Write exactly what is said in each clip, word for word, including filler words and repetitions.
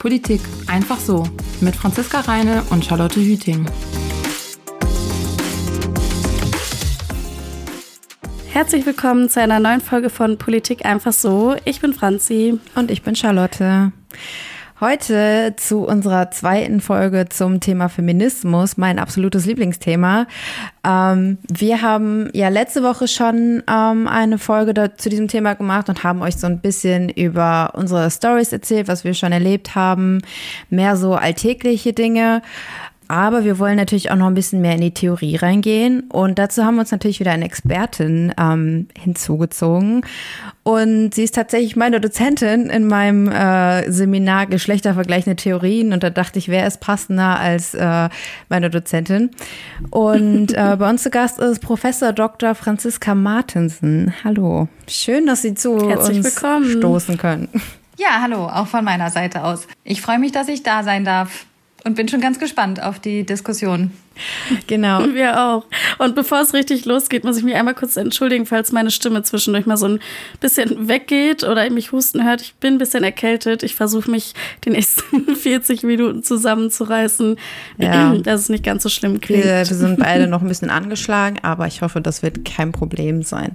Politik einfach so mit Franziska Reine und Charlotte Hüting. Herzlich willkommen zu einer neuen Folge von Politik einfach so. Ich bin Franzi. Und ich bin Charlotte. Heute zu unserer zweiten Folge zum Thema Feminismus, mein absolutes Lieblingsthema. Ähm, wir haben ja letzte Woche schon ähm, eine Folge da, zu diesem Thema gemacht und haben euch so ein bisschen über unsere Storys erzählt, was wir schon erlebt haben, mehr so alltägliche Dinge. Aber wir wollen natürlich auch noch ein bisschen mehr in die Theorie reingehen. Und dazu haben wir uns natürlich wieder eine Expertin ähm, hinzugezogen. Und sie ist tatsächlich meine Dozentin in meinem äh, Seminar Geschlechtervergleichende Theorien. Und da dachte ich, wer ist passender als äh, meine Dozentin? Und äh, bei uns zu Gast ist Professor Doktor Franziska Martensen. Hallo. Schön, dass Sie zu Herzlich uns willkommen. stoßen können. Ja, hallo, auch von meiner Seite aus. Ich freue mich, dass ich da sein darf. Und bin schon ganz gespannt auf die Diskussion. Genau. Wir auch. Und bevor es richtig losgeht, muss ich mich einmal kurz entschuldigen, falls meine Stimme zwischendurch mal so ein bisschen weggeht oder ihr mich husten hört. Ich bin ein bisschen erkältet. Ich versuche mich die nächsten vierzig Minuten zusammenzureißen, ja. dass es nicht ganz so schlimm klingt. Wir, wir sind beide noch ein bisschen angeschlagen, aber ich hoffe, das wird kein Problem sein.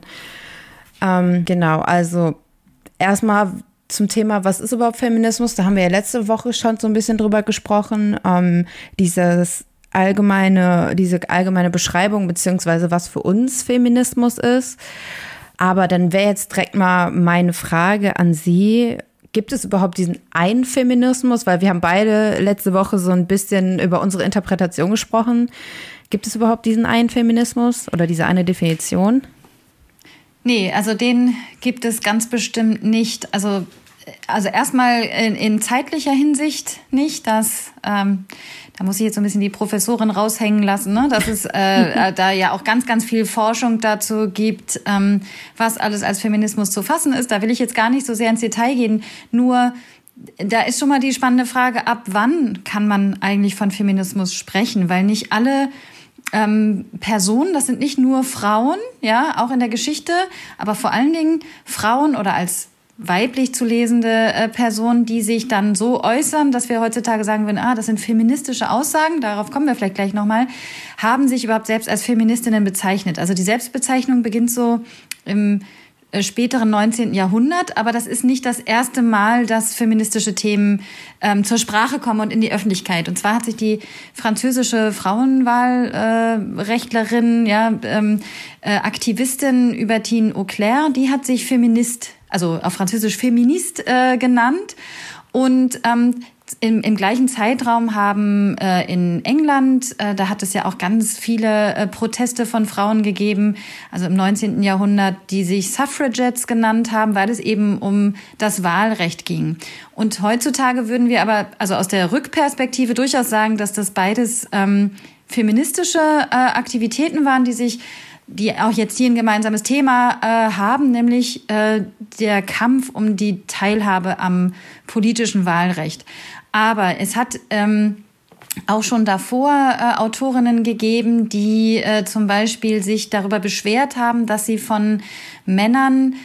Ähm, genau, also erstmal zum Thema, was ist überhaupt Feminismus? Da haben wir ja letzte Woche schon so ein bisschen drüber gesprochen. Ähm, dieses allgemeine, diese allgemeine Beschreibung, beziehungsweise was für uns Feminismus ist. Aber dann wäre jetzt direkt mal meine Frage an Sie. Gibt es überhaupt diesen einen Feminismus? Weil wir haben beide letzte Woche so ein bisschen über unsere Interpretation gesprochen. Gibt es überhaupt diesen einen Feminismus oder diese eine Definition? Nee, also den gibt es ganz bestimmt nicht. Also, also erstmal in, in zeitlicher Hinsicht nicht, dass, ähm, da muss ich jetzt so ein bisschen die Professorin raushängen lassen, ne? Dass es äh, da ja auch ganz, ganz viel Forschung dazu gibt, ähm, was alles als Feminismus zu fassen ist. Da will ich jetzt gar nicht so sehr ins Detail gehen, nur da ist schon mal die spannende Frage, ab wann kann man eigentlich von Feminismus sprechen? Weil nicht alle Ähm, Personen, das sind nicht nur Frauen, ja, auch in der Geschichte, aber vor allen Dingen Frauen oder als weiblich zu lesende äh, Personen, die sich dann so äußern, dass wir heutzutage sagen würden, ah, das sind feministische Aussagen, darauf kommen wir vielleicht gleich nochmal, haben sich überhaupt selbst als Feministinnen bezeichnet. Also die Selbstbezeichnung beginnt so im späteren neunzehnten Jahrhundert, aber das ist nicht das erste Mal, dass feministische Themen ähm, zur Sprache kommen und in die Öffentlichkeit. Und zwar hat sich die französische Frauenwahlrechtlerin, äh, ja, ähm, äh, Aktivistin Hubertine Auclair, die hat sich Feminist, also auf Französisch Feminist äh, genannt. Und ähm, Im, im gleichen Zeitraum haben äh, in England, äh, da hat es ja auch ganz viele äh, Proteste von Frauen gegeben, also im neunzehnten Jahrhundert, die sich Suffragettes genannt haben, weil es eben um das Wahlrecht ging. Und heutzutage würden wir aber, also aus der Rückperspektive durchaus sagen, dass das beides ähm, feministische äh, Aktivitäten waren, die sich die auch jetzt hier ein gemeinsames Thema äh, haben, nämlich äh, der Kampf um die Teilhabe am politischen Wahlrecht. Aber es hat ähm, auch schon davor äh, Autorinnen gegeben, die äh, zum Beispiel sich darüber beschwert haben, dass sie von Männern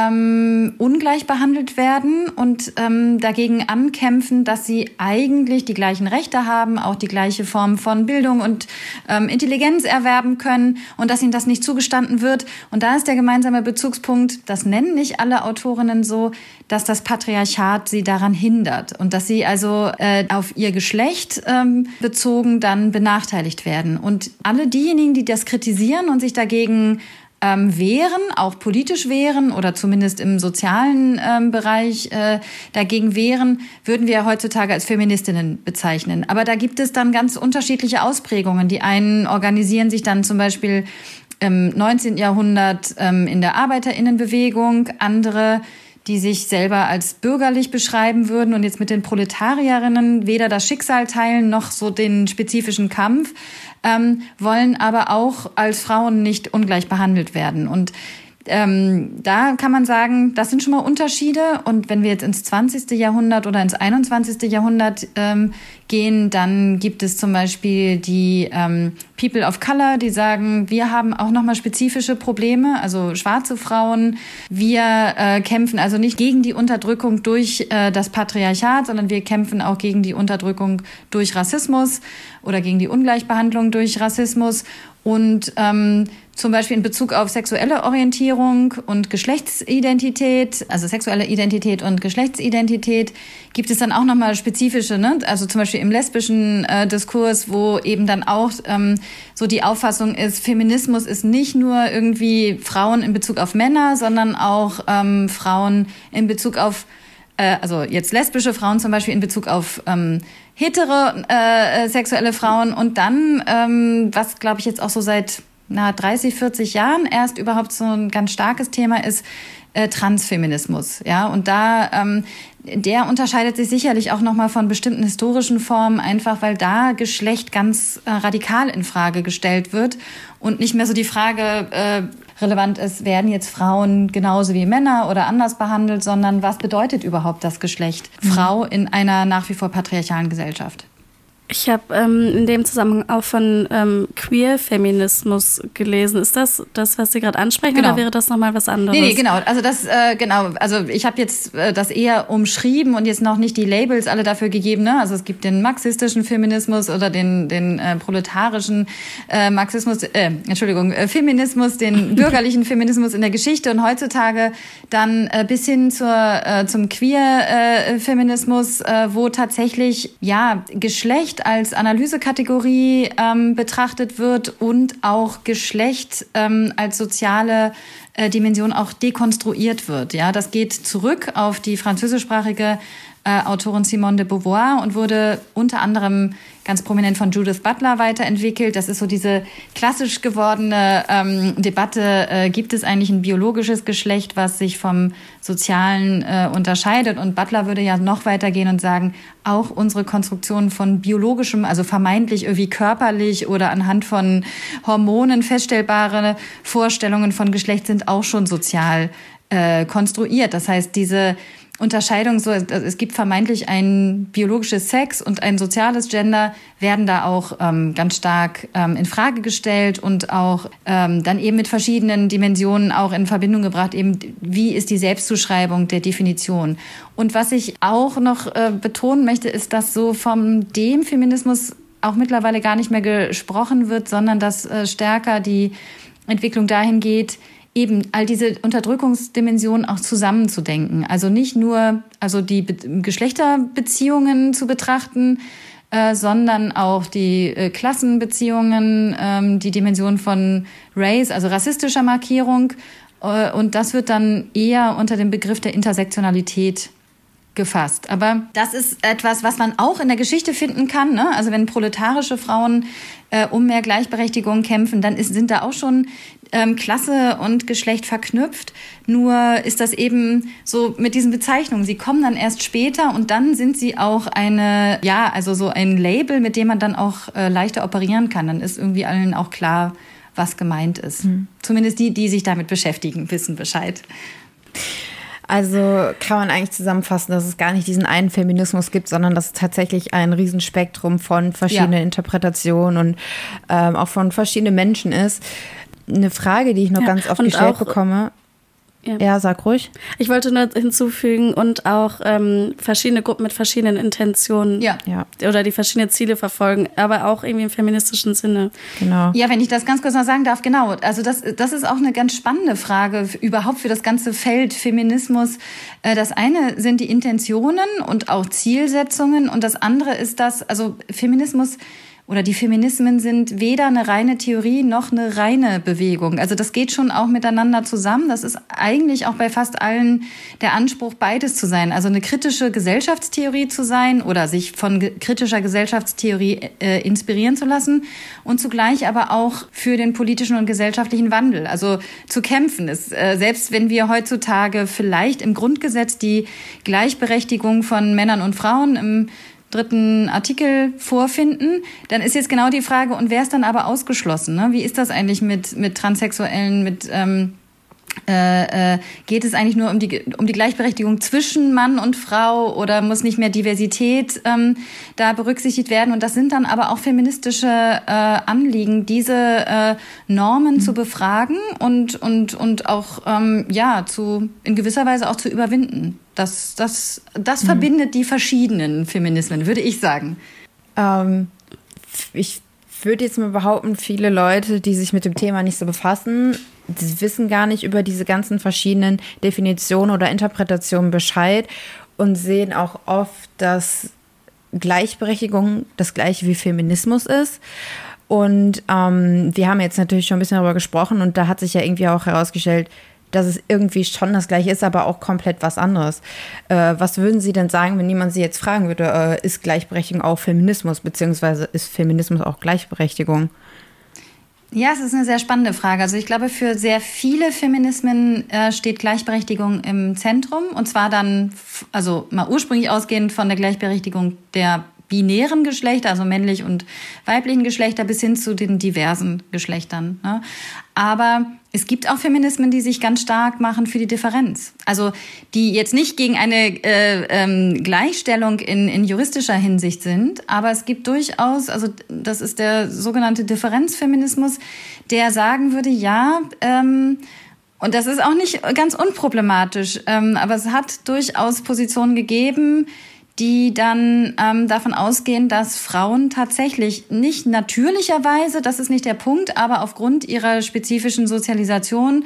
ähm, ungleich behandelt werden und ähm, dagegen ankämpfen, dass sie eigentlich die gleichen Rechte haben, auch die gleiche Form von Bildung und ähm, Intelligenz erwerben können und dass ihnen das nicht zugestanden wird. Und da ist der gemeinsame Bezugspunkt, das nennen nicht alle Autorinnen so, dass das Patriarchat sie daran hindert und dass sie also äh, auf ihr Geschlecht ähm, bezogen dann benachteiligt werden. Und alle diejenigen, die das kritisieren und sich dagegen Ähm, wehren, auch politisch wehren oder zumindest im sozialen ähm, Bereich äh, dagegen wehren, würden wir heutzutage als Feministinnen bezeichnen. Aber da gibt es dann ganz unterschiedliche Ausprägungen. Die einen organisieren sich dann zum Beispiel im neunzehnten Jahrhundert ähm, in der ArbeiterInnenbewegung, andere, die sich selber als bürgerlich beschreiben würden und jetzt mit den Proletarierinnen weder das Schicksal teilen noch so den spezifischen Kampf, ähm, wollen aber auch als Frauen nicht ungleich behandelt werden. Und ähm, da kann man sagen, das sind schon mal Unterschiede. Und wenn wir jetzt ins zwanzigste Jahrhundert oder ins einundzwanzigste Jahrhundert ähm, gehen. Dann gibt es zum Beispiel die ähm, People of Color, die sagen, wir haben auch nochmal spezifische Probleme, also schwarze Frauen. Wir äh, kämpfen also nicht gegen die Unterdrückung durch äh, das Patriarchat, sondern wir kämpfen auch gegen die Unterdrückung durch Rassismus oder gegen die Ungleichbehandlung durch Rassismus. Und ähm, zum Beispiel in Bezug auf sexuelle Orientierung und Geschlechtsidentität, also sexuelle Identität und Geschlechtsidentität, gibt es dann auch nochmal spezifische, ne? Also zum Beispiel im lesbischen äh, Diskurs, wo eben dann auch ähm, so die Auffassung ist, Feminismus ist nicht nur irgendwie Frauen in Bezug auf Männer, sondern auch ähm, Frauen in Bezug auf, äh, also jetzt lesbische Frauen zum Beispiel in Bezug auf ähm, hetero äh, sexuelle Frauen und dann, ähm, was glaube ich jetzt auch so seit na, dreißig, vierzig Jahren erst überhaupt so ein ganz starkes Thema ist, äh, Transfeminismus. Ja, und da, ähm, der unterscheidet sich sicherlich auch nochmal von bestimmten historischen Formen, einfach weil da Geschlecht ganz äh, radikal in Frage gestellt wird und nicht mehr so die Frage äh, relevant ist, werden jetzt Frauen genauso wie Männer oder anders behandelt, sondern was bedeutet überhaupt das Geschlecht mhm. Frau in einer nach wie vor patriarchalen Gesellschaft? Ich habe ähm, in dem Zusammenhang auch von ähm, Queer-Feminismus gelesen. Ist das das, was Sie gerade ansprechen, genau. Oder wäre das nochmal was anderes? Nee, nee, genau. Also das, äh, genau. Also ich habe jetzt äh, das eher umschrieben und jetzt noch nicht die Labels alle dafür gegeben. Ne? Also es gibt den marxistischen Feminismus oder den den äh, proletarischen äh, Marxismus, äh, Entschuldigung, äh, Feminismus, den bürgerlichen Feminismus in der Geschichte und heutzutage dann äh, bis hin zur äh, zum Queer-Feminismus, äh, äh, wo tatsächlich ja Geschlecht als Analysekategorie ähm, betrachtet wird und auch Geschlecht ähm, als soziale äh, Dimension auch dekonstruiert wird. Ja, das geht zurück auf die französischsprachige äh, Autorin Simone de Beauvoir und wurde unter anderem ganz prominent von Judith Butler weiterentwickelt. Das ist so diese klassisch gewordene ähm, Debatte, äh, gibt es eigentlich ein biologisches Geschlecht, was sich vom Sozialen äh, unterscheidet? Und Butler würde ja noch weitergehen und sagen, auch unsere Konstruktion von biologischem, also vermeintlich irgendwie körperlich oder anhand von Hormonen feststellbare Vorstellungen von Geschlecht sind auch schon sozial äh, konstruiert. Das heißt, diese Unterscheidung, so es gibt vermeintlich ein biologisches Sex und ein soziales Gender, werden da auch ähm, ganz stark ähm, in Frage gestellt und auch ähm, dann eben mit verschiedenen Dimensionen auch in Verbindung gebracht, eben wie ist die Selbstzuschreibung der Definition. Und was ich auch noch äh, betonen möchte, ist, dass so vom dem Feminismus auch mittlerweile gar nicht mehr gesprochen wird, sondern dass äh, stärker die Entwicklung dahin geht, eben all diese Unterdrückungsdimensionen auch zusammenzudenken. Also nicht nur also die Be- Geschlechterbeziehungen zu betrachten, äh, sondern auch die äh, Klassenbeziehungen, ähm, die Dimension von Race, also rassistischer Markierung. Äh, und das wird dann eher unter dem Begriff der Intersektionalität gefasst. Aber das ist etwas, was man auch in der Geschichte finden kann. Ne? Also wenn proletarische Frauen äh, um mehr Gleichberechtigung kämpfen, dann ist, sind da auch schon ähm, Klasse und Geschlecht verknüpft. Nur ist das eben so mit diesen Bezeichnungen. Sie kommen dann erst später und dann sind sie auch eine, ja, also so ein Label, mit dem man dann auch äh, leichter operieren kann. Dann ist irgendwie allen auch klar, was gemeint ist. Mhm. Zumindest die, die sich damit beschäftigen, wissen Bescheid. Also kann man eigentlich zusammenfassen, dass es gar nicht diesen einen Feminismus gibt, sondern dass es tatsächlich ein Riesenspektrum von verschiedenen ja. Interpretationen und ähm, auch von verschiedenen Menschen ist. Eine Frage, die ich noch ja, ganz oft gestellt auch, bekomme. Ja. ja, sag ruhig. Ich wollte nur hinzufügen und auch ähm, verschiedene Gruppen mit verschiedenen Intentionen ja. Ja. oder die verschiedene Ziele verfolgen, aber auch irgendwie im feministischen Sinne. Genau. Ja, wenn ich das ganz kurz noch sagen darf, genau. Also das, das ist auch eine ganz spannende Frage überhaupt für das ganze Feld Feminismus. Das eine sind die Intentionen und auch Zielsetzungen und das andere ist das, also Feminismus oder die Feminismen sind weder eine reine Theorie noch eine reine Bewegung. Also das geht schon auch miteinander zusammen. Das ist eigentlich auch bei fast allen der Anspruch, beides zu sein. Also eine kritische Gesellschaftstheorie zu sein oder sich von ge- kritischer Gesellschaftstheorie äh, inspirieren zu lassen und zugleich aber auch für den politischen und gesellschaftlichen Wandel, also zu kämpfen. Ist, äh, selbst wenn wir heutzutage vielleicht im Grundgesetz die Gleichberechtigung von Männern und Frauen im dritten Artikel vorfinden, dann ist jetzt genau die Frage, und wer ist dann aber ausgeschlossen? Ne? Wie ist das eigentlich mit, mit Transsexuellen, mit ähm, Äh, äh, geht es eigentlich nur um die, um die Gleichberechtigung zwischen Mann und Frau oder muss nicht mehr Diversität ähm, da berücksichtigt werden? Und das sind dann aber auch feministische äh, Anliegen, diese äh, Normen mhm. zu befragen und, und, und auch ähm, ja, zu, in gewisser Weise auch zu überwinden. Das, das, das mhm. verbindet die verschiedenen Feminismen, würde ich sagen. Ähm, ich würde jetzt mal behaupten, viele Leute, die sich mit dem Thema nicht so befassen, die wissen gar nicht über diese ganzen verschiedenen Definitionen oder Interpretationen Bescheid und sehen auch oft, dass Gleichberechtigung das gleiche wie Feminismus ist. Und ähm, wir haben jetzt natürlich schon ein bisschen darüber gesprochen und da hat sich ja irgendwie auch herausgestellt, dass es irgendwie schon das Gleiche ist, aber auch komplett was anderes. Äh, was würden Sie denn sagen, wenn jemand Sie jetzt fragen würde, äh, ist Gleichberechtigung auch Feminismus, beziehungsweise ist Feminismus auch Gleichberechtigung? Ja, es ist eine sehr spannende Frage. Also ich glaube, für sehr viele Feminismen äh, steht Gleichberechtigung im Zentrum. Und zwar dann, also mal ursprünglich ausgehend von der Gleichberechtigung der binären Geschlechter, also männlich und weiblichen Geschlechter, bis hin zu den diversen Geschlechtern. Ne? Aber es gibt auch Feminismen, die sich ganz stark machen für die Differenz. Also die jetzt nicht gegen eine äh, ähm, Gleichstellung in, in juristischer Hinsicht sind, aber es gibt durchaus, also das ist der sogenannte Differenzfeminismus, der sagen würde, ja, ähm, und das ist auch nicht ganz unproblematisch, ähm, aber es hat durchaus Positionen gegeben, die dann ähm, davon ausgehen, dass Frauen tatsächlich nicht natürlicherweise, das ist nicht der Punkt, aber aufgrund ihrer spezifischen Sozialisation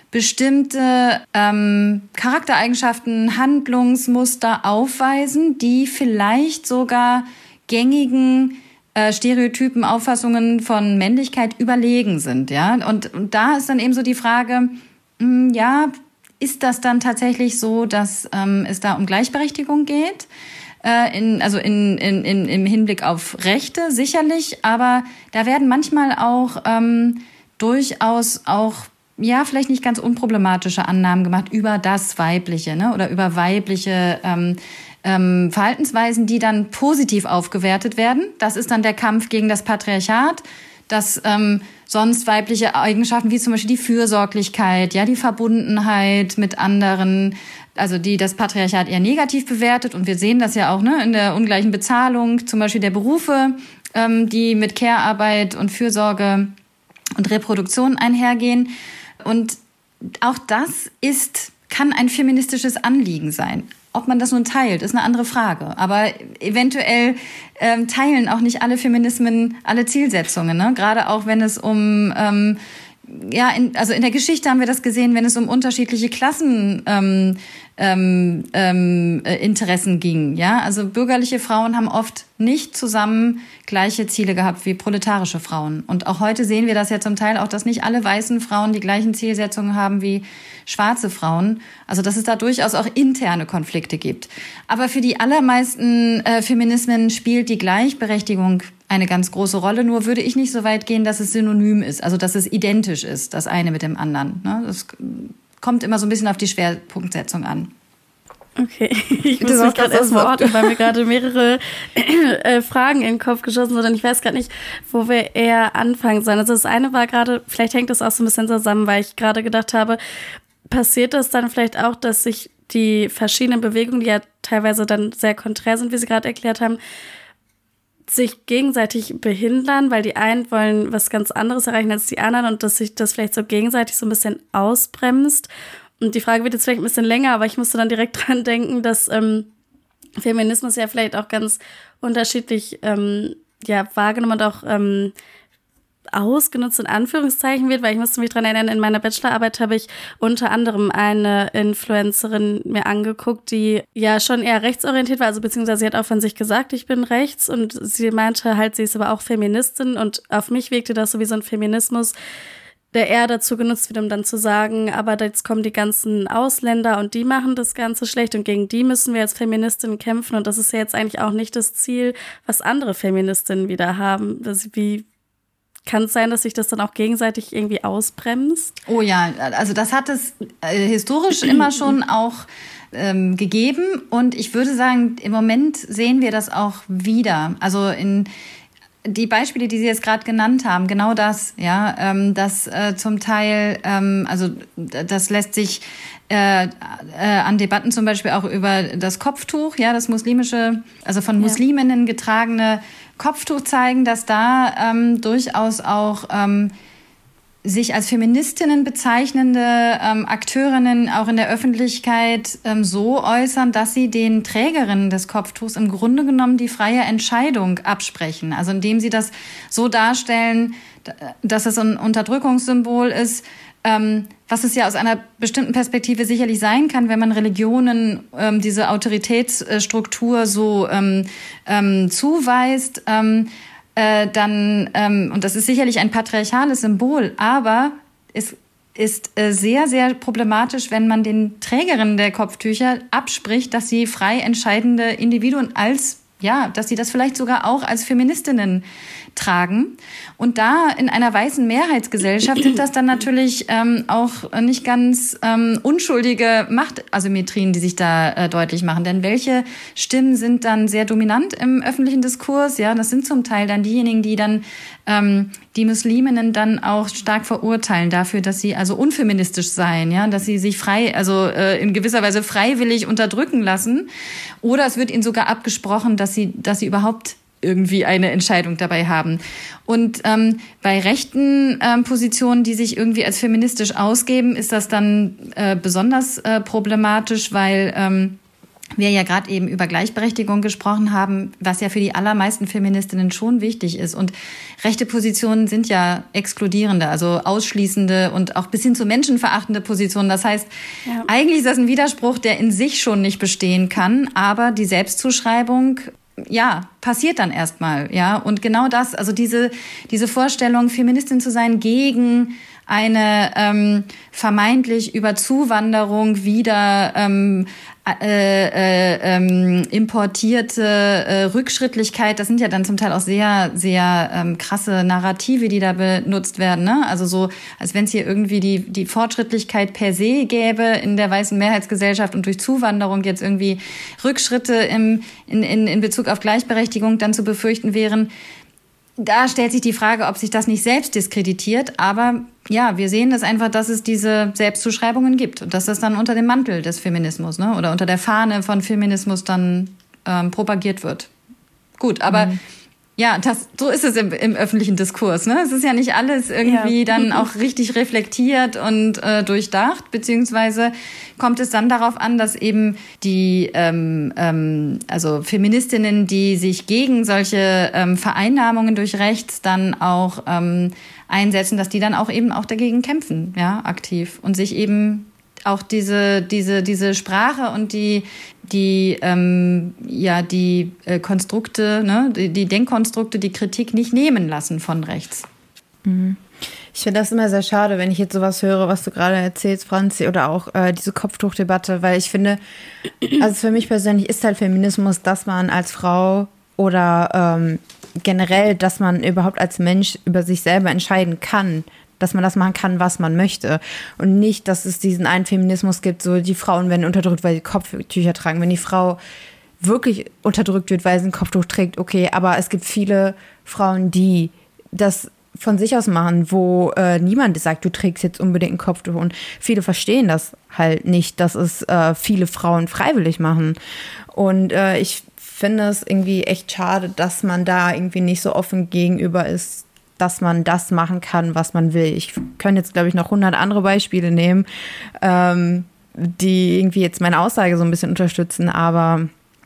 bestimmte ähm, Charaktereigenschaften, Handlungsmuster aufweisen, die vielleicht sogar gängigen äh, Stereotypen, Auffassungen von Männlichkeit überlegen sind. Ja? Und, und da ist dann eben so die Frage, mh, ja, ist das dann tatsächlich so, dass ähm, es da um Gleichberechtigung geht? Äh, in, also in, in, in, im Hinblick auf Rechte sicherlich, aber da werden manchmal auch ähm, durchaus auch, ja, vielleicht nicht ganz unproblematische Annahmen gemacht über das Weibliche, ne? Oder über weibliche ähm, ähm, Verhaltensweisen, die dann positiv aufgewertet werden. Das ist dann der Kampf gegen das Patriarchat, dass ähm, sonst weibliche Eigenschaften wie zum Beispiel die Fürsorglichkeit, ja, die Verbundenheit mit anderen, also die das Patriarchat eher negativ bewertet. Und wir sehen das ja auch, ne, in der ungleichen Bezahlung, zum Beispiel der Berufe, ähm, die mit Care-Arbeit und Fürsorge und Reproduktion einhergehen. Und auch das ist, kann ein feministisches Anliegen sein. Ob man das nun teilt, ist eine andere Frage. Aber eventuell ähm, teilen auch nicht alle Feminismen alle Zielsetzungen, ne? Gerade auch wenn es um ähm, ja, in, also in der Geschichte haben wir das gesehen, wenn es um unterschiedliche Klassen ähm, ähm, ähm, Interessen ging. Ja, also bürgerliche Frauen haben oft nicht zusammen gleiche Ziele gehabt wie proletarische Frauen. Und auch heute sehen wir das ja zum Teil auch, dass nicht alle weißen Frauen die gleichen Zielsetzungen haben wie schwarze Frauen. Also dass es da durchaus auch interne Konflikte gibt. Aber für die allermeisten äh, Feminismen spielt die Gleichberechtigung eine ganz große Rolle. Nur würde ich nicht so weit gehen, dass es synonym ist, also dass es identisch ist, das eine mit dem anderen. Ne? Das kommt immer so ein bisschen auf die Schwerpunktsetzung an. Okay, ich muss mich gerade erstmal ordnen, weil mir gerade mehrere äh, Fragen in den Kopf geschossen sind und ich weiß gerade nicht, wo wir eher anfangen sollen. Also das eine war gerade, vielleicht hängt das auch so ein bisschen zusammen, weil ich gerade gedacht habe, passiert das dann vielleicht auch, dass sich die verschiedenen Bewegungen, die ja teilweise dann sehr konträr sind, wie Sie gerade erklärt haben, sich gegenseitig behindern, weil die einen wollen was ganz anderes erreichen als die anderen und dass sich das vielleicht so gegenseitig so ein bisschen ausbremst. Und die Frage wird jetzt vielleicht ein bisschen länger, aber ich musste dann direkt dran denken, dass ähm, Feminismus ja vielleicht auch ganz unterschiedlich ähm, ja, wahrgenommen und auch ähm, ausgenutzt in Anführungszeichen wird, weil ich musste mich dran erinnern, in meiner Bachelorarbeit habe ich unter anderem eine Influencerin mir angeguckt, die ja schon eher rechtsorientiert war, also beziehungsweise sie hat auch von sich gesagt, ich bin rechts und sie meinte halt, sie ist aber auch Feministin und auf mich wirkte das so wie so ein Feminismus, der eher dazu genutzt wird, um dann zu sagen, aber jetzt kommen die ganzen Ausländer und die machen das Ganze schlecht und gegen die müssen wir als Feministinnen kämpfen und das ist ja jetzt eigentlich auch nicht das Ziel, was andere Feministinnen wieder haben. Das, wie kann es sein, dass sich das dann auch gegenseitig irgendwie ausbremst? Oh ja, also das hat es äh, historisch immer schon auch ähm, gegeben und ich würde sagen, im Moment sehen wir das auch wieder. Also in die Beispiele, die Sie jetzt gerade genannt haben, genau das, ja, ähm, das äh, zum Teil, ähm, also das lässt sich äh, äh, an Debatten zum Beispiel auch über das Kopftuch, ja, das muslimische, also von Musliminnen getragene Kopftuch zeigen, dass da ähm, durchaus auch ähm, sich als Feministinnen bezeichnende ähm, Akteurinnen auch in der Öffentlichkeit ähm, so äußern, dass sie den Trägerinnen des Kopftuchs im Grunde genommen die freie Entscheidung absprechen. Also indem sie das so darstellen, dass es ein Unterdrückungssymbol ist, ähm, was es ja aus einer bestimmten Perspektive sicherlich sein kann, wenn man Religionen ähm, diese Autoritätsstruktur so ähm, ähm, zuweist, ähm, Äh, dann, ähm, und das ist sicherlich ein patriarchales Symbol, aber es ist äh, sehr, sehr problematisch, wenn man den Trägerinnen der Kopftücher abspricht, dass sie frei entscheidende Individuen als, ja, dass sie das vielleicht sogar auch als Feministinnen tragen. Und da in einer weißen Mehrheitsgesellschaft sind das dann natürlich ähm, auch nicht ganz ähm, unschuldige Machtasymmetrien, die sich da äh, deutlich machen. Denn welche Stimmen sind dann sehr dominant im öffentlichen Diskurs? Ja, das sind zum Teil dann diejenigen, die dann ähm, die Musliminnen dann auch stark verurteilen dafür, dass sie also unfeministisch seien, ja, dass sie sich frei, also äh, in gewisser Weise freiwillig unterdrücken lassen. Oder es wird ihnen sogar abgesprochen, dass sie, dass sie überhaupt irgendwie eine Entscheidung dabei haben. Und ähm, bei rechten ähm, Positionen, die sich irgendwie als feministisch ausgeben, ist das dann äh, besonders äh, problematisch, weil ähm, wir ja gerade eben über Gleichberechtigung gesprochen haben, was ja für die allermeisten Feministinnen schon wichtig ist. Und rechte Positionen sind ja exkludierende, also ausschließende und auch bis hin zu menschenverachtende Positionen. Das heißt, ja. Eigentlich ist das ein Widerspruch, der in sich schon nicht bestehen kann, aber die Selbstzuschreibung ja, passiert dann erstmal, ja. Und genau das, also diese, diese Vorstellung, Feministin zu sein gegen eine ähm, vermeintlich über Zuwanderung wieder ähm, äh, äh, ähm, importierte äh, Rückschrittlichkeit, das sind ja dann zum Teil auch sehr, sehr ähm, krasse Narrative, die da benutzt werden, ne? Also so, als wenn es hier irgendwie die, die Fortschrittlichkeit per se gäbe in der weißen Mehrheitsgesellschaft und durch Zuwanderung jetzt irgendwie Rückschritte im, in, in, in Bezug auf Gleichberechtigung dann zu befürchten wären. Da stellt sich die Frage, ob sich das nicht selbst diskreditiert. Aber ja, wir sehen das einfach, dass es diese Selbstzuschreibungen gibt und dass das dann unter dem Mantel des Feminismus, ne, oder unter der Fahne von Feminismus dann ähm, propagiert wird. Gut, aber mhm. ja, das, so ist es im, im öffentlichen Diskurs, ne? Es ist ja nicht alles irgendwie ja. dann auch richtig reflektiert und äh, durchdacht, beziehungsweise kommt es dann darauf an, dass eben die ähm, ähm, also Feministinnen, die sich gegen solche ähm, Vereinnahmungen durch rechts dann auch ähm, einsetzen, dass die dann auch eben auch dagegen kämpfen, ja, aktiv und sich eben auch diese diese diese Sprache und die die ähm, ja die äh, Konstrukte, ne, die, die Denkkonstrukte, die Kritik nicht nehmen lassen von rechts. Mhm. Ich finde das immer sehr schade, wenn ich jetzt sowas höre, was du gerade erzählst, Franzi, oder auch äh, diese Kopftuchdebatte, weil ich finde, also für mich persönlich ist halt Feminismus, dass man als Frau oder ähm, generell, dass man überhaupt als Mensch über sich selber entscheiden kann, dass man das machen kann, was man möchte. Und nicht, dass es diesen einen Feminismus gibt, so die Frauen werden unterdrückt, weil sie Kopftücher tragen. Wenn die Frau wirklich unterdrückt wird, weil sie ein Kopftuch trägt, okay, aber es gibt viele Frauen, die das von sich aus machen, wo äh, niemand sagt, du trägst jetzt unbedingt ein Kopftuch. Und viele verstehen das halt nicht, dass es äh, viele Frauen freiwillig machen. Und äh, ich finde es irgendwie echt schade, dass man da irgendwie nicht so offen gegenüber ist, dass man das machen kann, was man will. Ich könnte jetzt, glaube ich, noch hundert andere Beispiele nehmen, ähm, die irgendwie jetzt meine Aussage so ein bisschen unterstützen, aber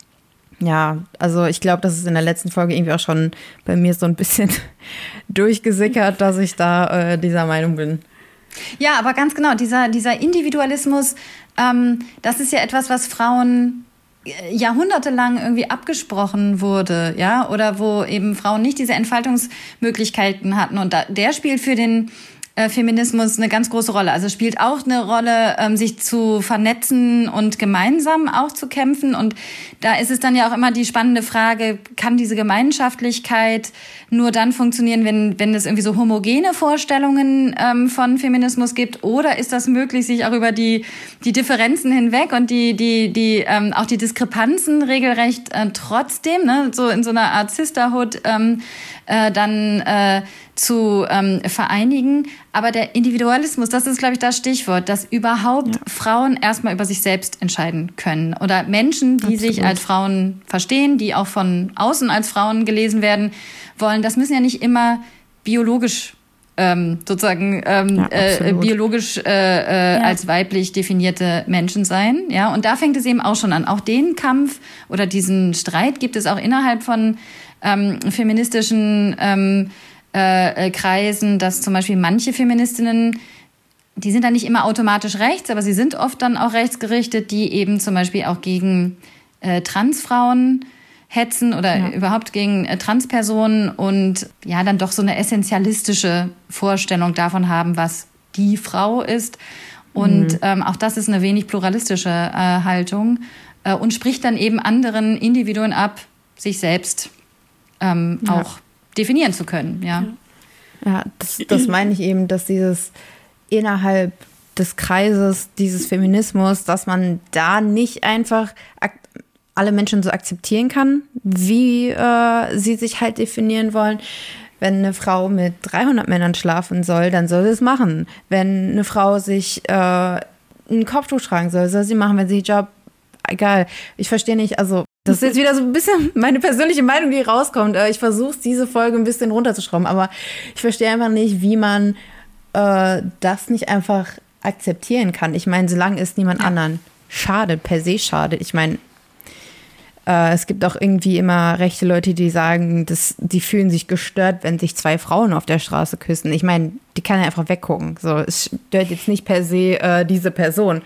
ja, also ich glaube, das ist in der letzten Folge irgendwie auch schon bei mir so ein bisschen durchgesickert, dass ich da äh, dieser Meinung bin. Ja, aber ganz genau, dieser, dieser Individualismus, ähm, das ist ja etwas, was Frauen jahrhundertelang irgendwie abgesprochen wurde, ja, oder wo eben Frauen nicht diese Entfaltungsmöglichkeiten hatten. Und da, der spielt für den äh, Feminismus eine ganz große Rolle. Also spielt auch eine Rolle, ähm, sich zu vernetzen und gemeinsam auch zu kämpfen. Und da ist es dann ja auch immer die spannende Frage, kann diese Gemeinschaftlichkeit nur dann funktionieren, wenn wenn es irgendwie so homogene Vorstellungen ähm, von Feminismus gibt, oder ist das möglich, sich auch über die die Differenzen hinweg und die die die ähm, auch die Diskrepanzen regelrecht äh, trotzdem, ne, so in so einer Art Sisterhood ähm, äh, dann äh, zu ähm, vereinigen. Aber der Individualismus, das ist, glaube ich, das Stichwort, dass überhaupt ja. Frauen erstmal über sich selbst entscheiden können. Oder Menschen, die Absolut. sich als Frauen verstehen, die auch von außen als Frauen gelesen werden wollen. Das müssen ja nicht immer biologisch ähm, sozusagen ähm, ja, äh, biologisch äh, äh, ja. als weiblich definierte Menschen sein. Ja, und da fängt es eben auch schon an. Auch den Kampf oder diesen Streit gibt es auch innerhalb von ähm, feministischen ähm, äh, Kreisen, dass zum Beispiel manche Feministinnen, die sind dann nicht immer automatisch rechts, aber sie sind oft dann auch rechtsgerichtet, die eben zum Beispiel auch gegen äh, Transfrauen hetzen oder ja. überhaupt gegen äh, Transpersonen und ja dann doch so eine essentialistische Vorstellung davon haben, was die Frau ist. Und mhm. ähm, auch das ist eine wenig pluralistische äh, Haltung äh, und spricht dann eben anderen Individuen ab, sich selbst ähm, ja. auch definieren zu können. Ja, ja das, das meine ich eben, dass dieses innerhalb des Kreises dieses Feminismus, dass man da nicht einfach ak- alle Menschen so akzeptieren kann, wie äh, sie sich halt definieren wollen. Wenn eine Frau mit dreihundert Männern schlafen soll, dann soll sie es machen. Wenn eine Frau sich äh, ein Kopftuch tragen soll, soll sie machen. Wenn sie Job, egal. Ich verstehe nicht, also das ist jetzt wieder so ein bisschen meine persönliche Meinung, die rauskommt. Ich versuche diese Folge ein bisschen runterzuschrauben, aber ich verstehe einfach nicht, wie man äh, das nicht einfach akzeptieren kann. Ich meine, solange es niemand ja. anderen schadet, per se schadet. Ich meine, äh, es gibt auch irgendwie immer rechte Leute, die sagen, dass, die fühlen sich gestört, wenn sich zwei Frauen auf der Straße küssen. Ich meine, die kann ja einfach weggucken. So, es stört jetzt nicht per se äh, diese Person.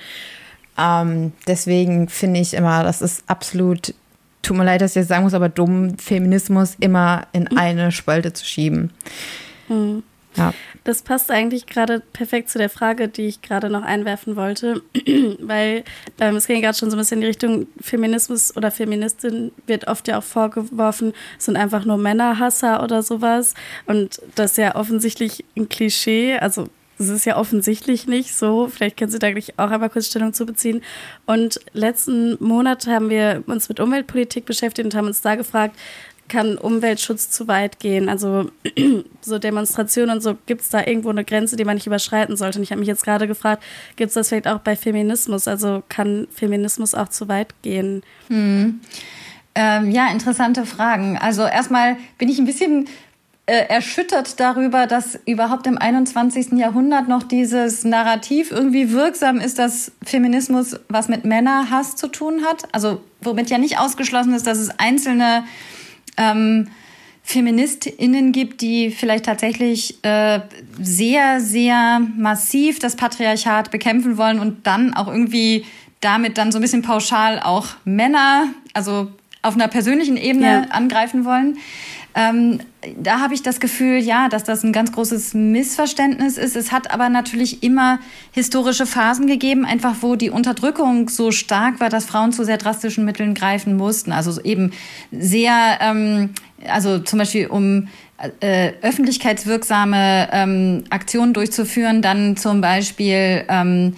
Ähm, deswegen finde ich immer, das ist absolut, tut mir leid, dass ich das sagen muss, aber dumm, Feminismus immer in eine Spalte zu schieben. Mhm. Ja. Das passt eigentlich gerade perfekt zu der Frage, die ich gerade noch einwerfen wollte, weil ähm, es ging gerade schon so ein bisschen in die Richtung Feminismus oder Feministin wird oft ja auch vorgeworfen, sind einfach nur Männerhasser oder sowas, und das ist ja offensichtlich ein Klischee, also es ist ja offensichtlich nicht so. Vielleicht können Sie da gleich auch einmal kurz Stellung zu beziehen. Und letzten Monat haben wir uns mit Umweltpolitik beschäftigt und haben uns da gefragt, kann Umweltschutz zu weit gehen? Also so Demonstrationen und so, gibt es da irgendwo eine Grenze, die man nicht überschreiten sollte? Und ich habe mich jetzt gerade gefragt, gibt es das vielleicht auch bei Feminismus? Also kann Feminismus auch zu weit gehen? Hm. Ähm, ja, interessante Fragen. Also erstmal bin ich ein bisschen erschüttert darüber, dass überhaupt im einundzwanzigsten Jahrhundert noch dieses Narrativ irgendwie wirksam ist, dass Feminismus was mit Männerhass zu tun hat. Also womit ja nicht ausgeschlossen ist, dass es einzelne ähm, FeministInnen gibt, die vielleicht tatsächlich äh, sehr, sehr massiv das Patriarchat bekämpfen wollen und dann auch irgendwie damit dann so ein bisschen pauschal auch Männer, also auf einer persönlichen Ebene ja. angreifen wollen. Ähm, da habe ich das Gefühl, ja, dass das ein ganz großes Missverständnis ist. Es hat aber natürlich immer historische Phasen gegeben, einfach wo die Unterdrückung so stark war, dass Frauen zu sehr drastischen Mitteln greifen mussten. Also eben sehr, ähm, also zum Beispiel um äh, öffentlichkeitswirksame ähm, Aktionen durchzuführen, dann zum Beispiel ähm,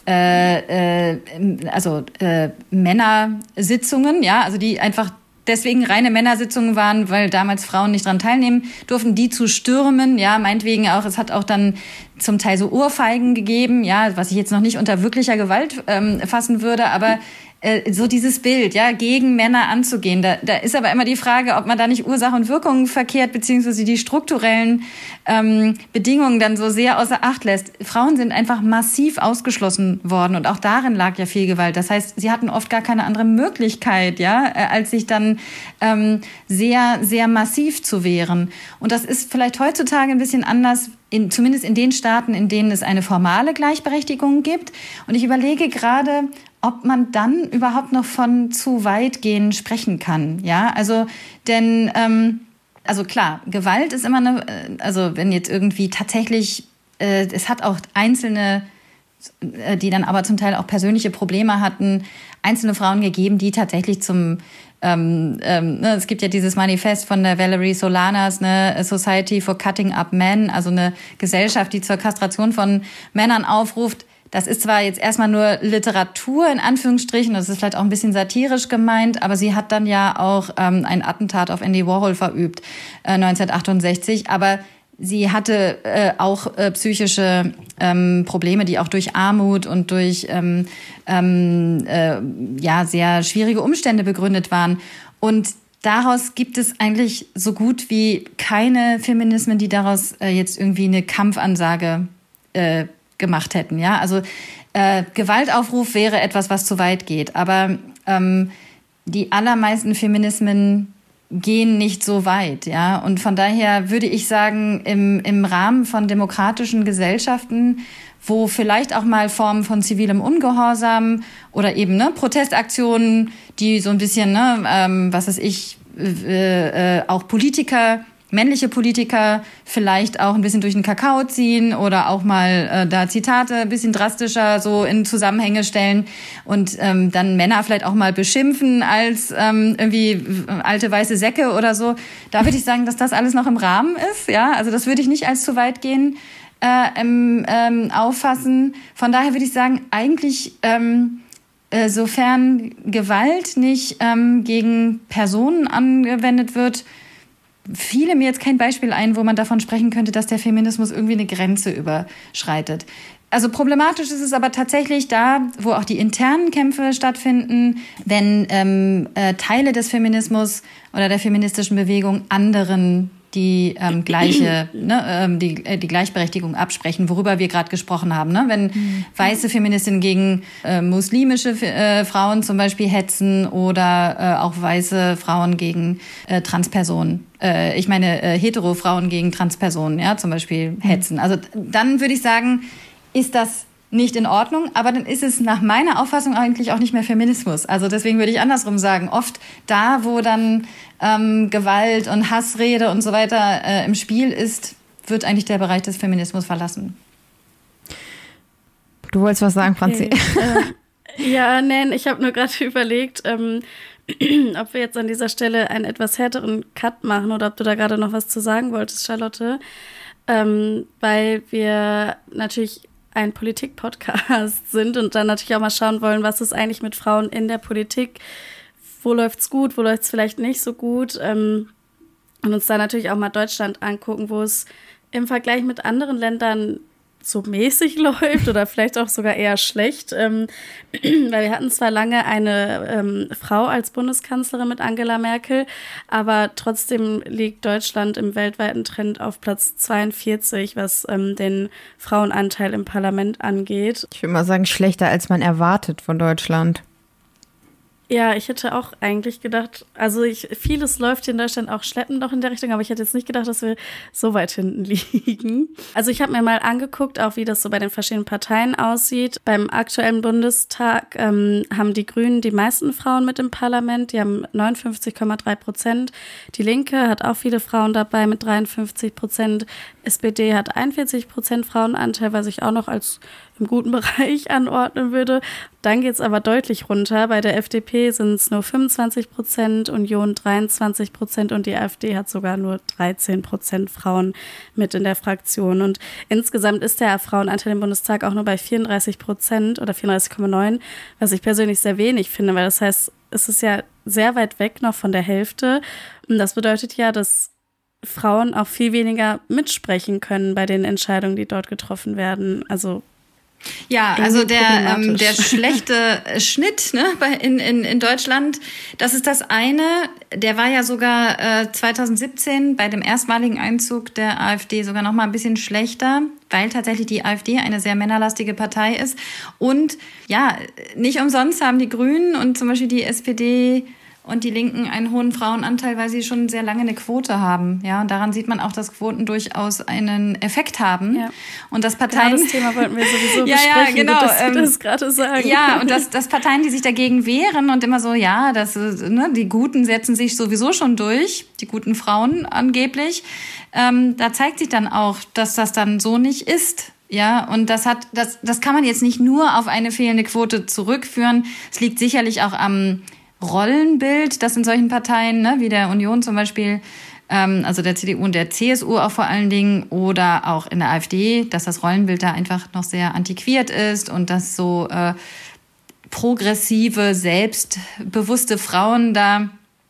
äh, äh, also äh, Männersitzungen, ja, also die einfach deswegen reine Männersitzungen waren, weil damals Frauen nicht dran teilnehmen durften, die zu stürmen, ja, meinetwegen auch, es hat auch dann zum Teil so Ohrfeigen gegeben, ja, was ich jetzt noch nicht unter wirklicher Gewalt ähm, fassen würde, aber äh, so dieses Bild, ja, gegen Männer anzugehen, da, da ist aber immer die Frage, ob man da nicht Ursache und Wirkung verkehrt, beziehungsweise die strukturellen ähm, Bedingungen dann so sehr außer Acht lässt. Frauen sind einfach massiv ausgeschlossen worden und auch darin lag ja viel Gewalt. Das heißt, sie hatten oft gar keine andere Möglichkeit, ja, als sich dann ähm, sehr, sehr massiv zu wehren. Und das ist vielleicht heutzutage ein bisschen anders, in, zumindest in den Staaten, in denen es eine formale Gleichberechtigung gibt. Und ich überlege gerade, ob man dann überhaupt noch von zu weit gehen sprechen kann. Ja, also, denn, ähm, also klar, Gewalt ist immer eine, also wenn jetzt irgendwie tatsächlich äh, es hat auch einzelne, äh, die dann aber zum Teil auch persönliche Probleme hatten, einzelne Frauen gegeben, die tatsächlich zum Ähm, ähm, ne, es gibt ja dieses Manifest von der Valerie Solanas, ne, A Society for Cutting Up Men, also eine Gesellschaft, die zur Kastration von Männern aufruft. Das ist zwar jetzt erstmal nur Literatur in Anführungsstrichen, das ist vielleicht auch ein bisschen satirisch gemeint, aber sie hat dann ja auch ähm, ein Attentat auf Andy Warhol verübt, äh, neunzehnhundertachtundsechzig, aber sie hatte äh, auch äh, psychische ähm, Probleme, die auch durch Armut und durch ähm, ähm, äh, ja sehr schwierige Umstände begründet waren. Und daraus gibt es eigentlich so gut wie keine Feminismen, die daraus äh, jetzt irgendwie eine Kampfansage äh, gemacht hätten. Ja, also äh, Gewaltaufruf wäre etwas, was zu weit geht. Aber ähm, die allermeisten Feminismen gehen nicht so weit, ja. Und von daher würde ich sagen, im, im Rahmen von demokratischen Gesellschaften, wo vielleicht auch mal Formen von zivilem Ungehorsam oder eben ne, Protestaktionen, die so ein bisschen, ne, ähm, was weiß ich, äh, äh, auch Politiker, männliche Politiker vielleicht auch ein bisschen durch den Kakao ziehen oder auch mal äh, da Zitate ein bisschen drastischer so in Zusammenhänge stellen und ähm, dann Männer vielleicht auch mal beschimpfen als ähm, irgendwie alte weiße Säcke oder so. Da würde ich sagen, dass das alles noch im Rahmen ist. Ja, also das würde ich nicht als zu weit gehen äh, ähm, ähm, auffassen. Von daher würde ich sagen, eigentlich ähm, äh, sofern Gewalt nicht ähm, gegen Personen angewendet wird, fiele mir jetzt kein Beispiel ein, wo man davon sprechen könnte, dass der Feminismus irgendwie eine Grenze überschreitet. Also problematisch ist es aber tatsächlich da, wo auch die internen Kämpfe stattfinden, wenn ähm, äh, Teile des Feminismus oder der feministischen Bewegung anderen die ähm, gleiche, ne, ähm, die, äh, die Gleichberechtigung absprechen, worüber wir gerade gesprochen haben. Ne? Wenn mhm. weiße Feministinnen gegen äh, muslimische äh, Frauen zum Beispiel hetzen oder äh, auch weiße Frauen gegen äh, Transpersonen. Äh, ich meine, äh, hetero Frauen gegen Transpersonen, ja, zum Beispiel hetzen. Mhm. Also dann würde ich sagen, ist das nicht in Ordnung, aber dann ist es nach meiner Auffassung eigentlich auch nicht mehr Feminismus. Also deswegen würde ich andersrum sagen, oft da, wo dann ähm, Gewalt und Hassrede und so weiter äh, im Spiel ist, wird eigentlich der Bereich des Feminismus verlassen. Du wolltest was sagen, Franzi? Okay. äh, ja, nein, ich habe nur gerade überlegt, ähm, ob wir jetzt an dieser Stelle einen etwas härteren Cut machen oder ob du da gerade noch was zu sagen wolltest, Charlotte. Ähm, weil wir natürlich ein Politik-Podcast sind und dann natürlich auch mal schauen wollen, was ist eigentlich mit Frauen in der Politik, wo läuft's gut, wo läuft's vielleicht nicht so gut ähm, und uns dann natürlich auch mal Deutschland angucken, wo es im Vergleich mit anderen Ländern so mäßig läuft oder vielleicht auch sogar eher schlecht, ähm, weil wir hatten zwar lange eine ähm, Frau als Bundeskanzlerin mit Angela Merkel, aber trotzdem liegt Deutschland im weltweiten Trend auf Platz zweiundvierzig, was ähm, den Frauenanteil im Parlament angeht. Ich würde mal sagen, schlechter als man erwartet von Deutschland. Ja, ich hätte auch eigentlich gedacht, also ich, vieles läuft hier in Deutschland auch schleppend noch in der Richtung, aber ich hätte jetzt nicht gedacht, dass wir so weit hinten liegen. Also ich habe mir mal angeguckt, auch wie das so bei den verschiedenen Parteien aussieht. Beim aktuellen Bundestag ähm, haben die Grünen die meisten Frauen mit im Parlament, die haben neunundfünfzig Komma drei Prozent. Die Linke hat auch viele Frauen dabei mit dreiundfünfzig Prozent. S P D hat einundvierzig Prozent Frauenanteil, was ich auch noch als im guten Bereich anordnen würde. Dann geht es aber deutlich runter. Bei der F D P sind es nur fünfundzwanzig Prozent, Union dreiundzwanzig Prozent und die AfD hat sogar nur dreizehn Prozent Frauen mit in der Fraktion. Und insgesamt ist der Frauenanteil im Bundestag auch nur bei vierunddreißig Prozent oder vierunddreißig Komma neun, was ich persönlich sehr wenig finde, weil das heißt, es ist ja sehr weit weg noch von der Hälfte. Und das bedeutet ja, dass Frauen auch viel weniger mitsprechen können bei den Entscheidungen, die dort getroffen werden. Also Ja, also der, ähm, der schlechte Schnitt ne, bei, in, in, in Deutschland, das ist das eine. Der war ja sogar äh, zweitausendsiebzehn bei dem erstmaligen Einzug der AfD sogar noch mal ein bisschen schlechter, weil tatsächlich die AfD eine sehr männerlastige Partei ist. Und ja, nicht umsonst haben die Grünen und zum Beispiel die S P D und die Linken einen hohen Frauenanteil, weil sie schon sehr lange eine Quote haben. Ja, und daran sieht man auch, dass Quoten durchaus einen Effekt haben. Ja. Und dass Parteien... Genau, das Thema wollten wir sowieso ja, besprechen, ja, genau, dass Sie ähm, das gerade sagen. Ja, und dass, dass Parteien, die sich dagegen wehren und immer so, ja, das, ne, die Guten setzen sich sowieso schon durch, die guten Frauen angeblich, ähm, da zeigt sich dann auch, dass das dann so nicht ist. Ja, und das hat, das, das kann man jetzt nicht nur auf eine fehlende Quote zurückführen. Es liegt sicherlich auch am Rollenbild, das in solchen Parteien, ne, wie der Union zum Beispiel, ähm, also der C D U und der C S U auch vor allen Dingen, oder auch in der AfD, dass das Rollenbild da einfach noch sehr antiquiert ist und dass so äh, progressive, selbstbewusste Frauen da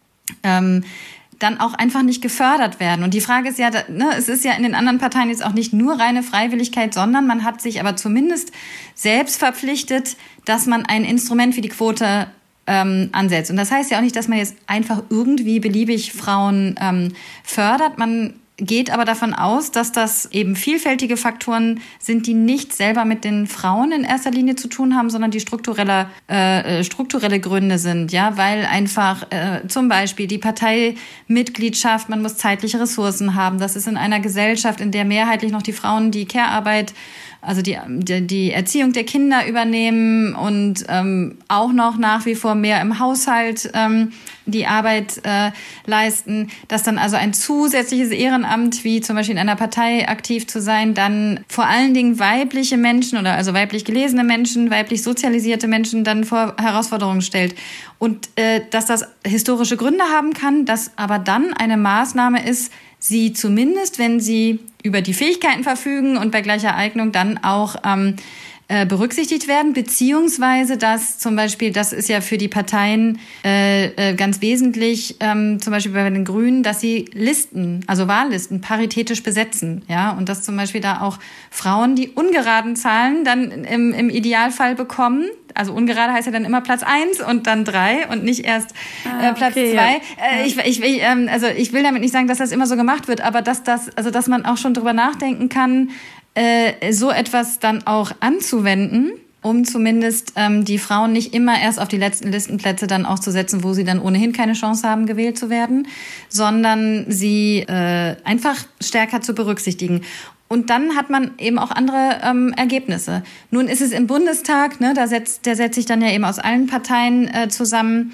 ähm, dann auch einfach nicht gefördert werden. Und die Frage ist ja, ne, es ist ja in den anderen Parteien jetzt auch nicht nur reine Freiwilligkeit, sondern man hat sich aber zumindest selbst verpflichtet, dass man ein Instrument wie die Quote ähm, ansetzt. Und das heißt ja auch nicht, dass man jetzt einfach irgendwie beliebig Frauen ähm, fördert. Man geht aber davon aus, dass das eben vielfältige Faktoren sind, die nicht selber mit den Frauen in erster Linie zu tun haben, sondern die strukturelle, äh, strukturelle Gründe sind, ja, weil einfach äh, zum Beispiel die Parteimitgliedschaft, man muss zeitliche Ressourcen haben. Das ist in einer Gesellschaft, in der mehrheitlich noch die Frauen die Care-Arbeit, also die, die, die Erziehung der Kinder übernehmen und ähm, auch noch nach wie vor mehr im Haushalt ähm, die Arbeit äh, leisten, dass dann also ein zusätzliches Ehrenamt, wie zum Beispiel in einer Partei aktiv zu sein, dann vor allen Dingen weibliche Menschen oder also weiblich gelesene Menschen, weiblich sozialisierte Menschen dann vor Herausforderungen stellt. Und äh, dass das historische Gründe haben kann, dass aber dann eine Maßnahme ist, sie zumindest, wenn sie über die Fähigkeiten verfügen und bei gleicher Eignung dann auch ähm, äh, berücksichtigt werden, beziehungsweise dass zum Beispiel, das ist ja für die Parteien äh, äh, ganz wesentlich, ähm, zum Beispiel bei den Grünen, dass sie Listen, also Wahllisten paritätisch besetzen, ja, und dass zum Beispiel da auch Frauen die ungeraden Zahlen dann im, im Idealfall bekommen. Also ungerade heißt ja dann immer Platz eins und dann drei und nicht erst äh, Platz okay, zwei. Ja. Äh, ich, ich, ich, ähm, also ich will damit nicht sagen, dass das immer so gemacht wird, aber dass das, also dass man auch schon drüber nachdenken kann, äh, so etwas dann auch anzuwenden, um zumindest ähm, die Frauen nicht immer erst auf die letzten Listenplätze dann auch zu setzen, wo sie dann ohnehin keine Chance haben, gewählt zu werden, sondern sie äh, einfach stärker zu berücksichtigen. Und dann hat man eben auch andere ähm, Ergebnisse. Nun ist es im Bundestag, ne, da setzt, der setzt sich dann ja eben aus allen Parteien äh, zusammen.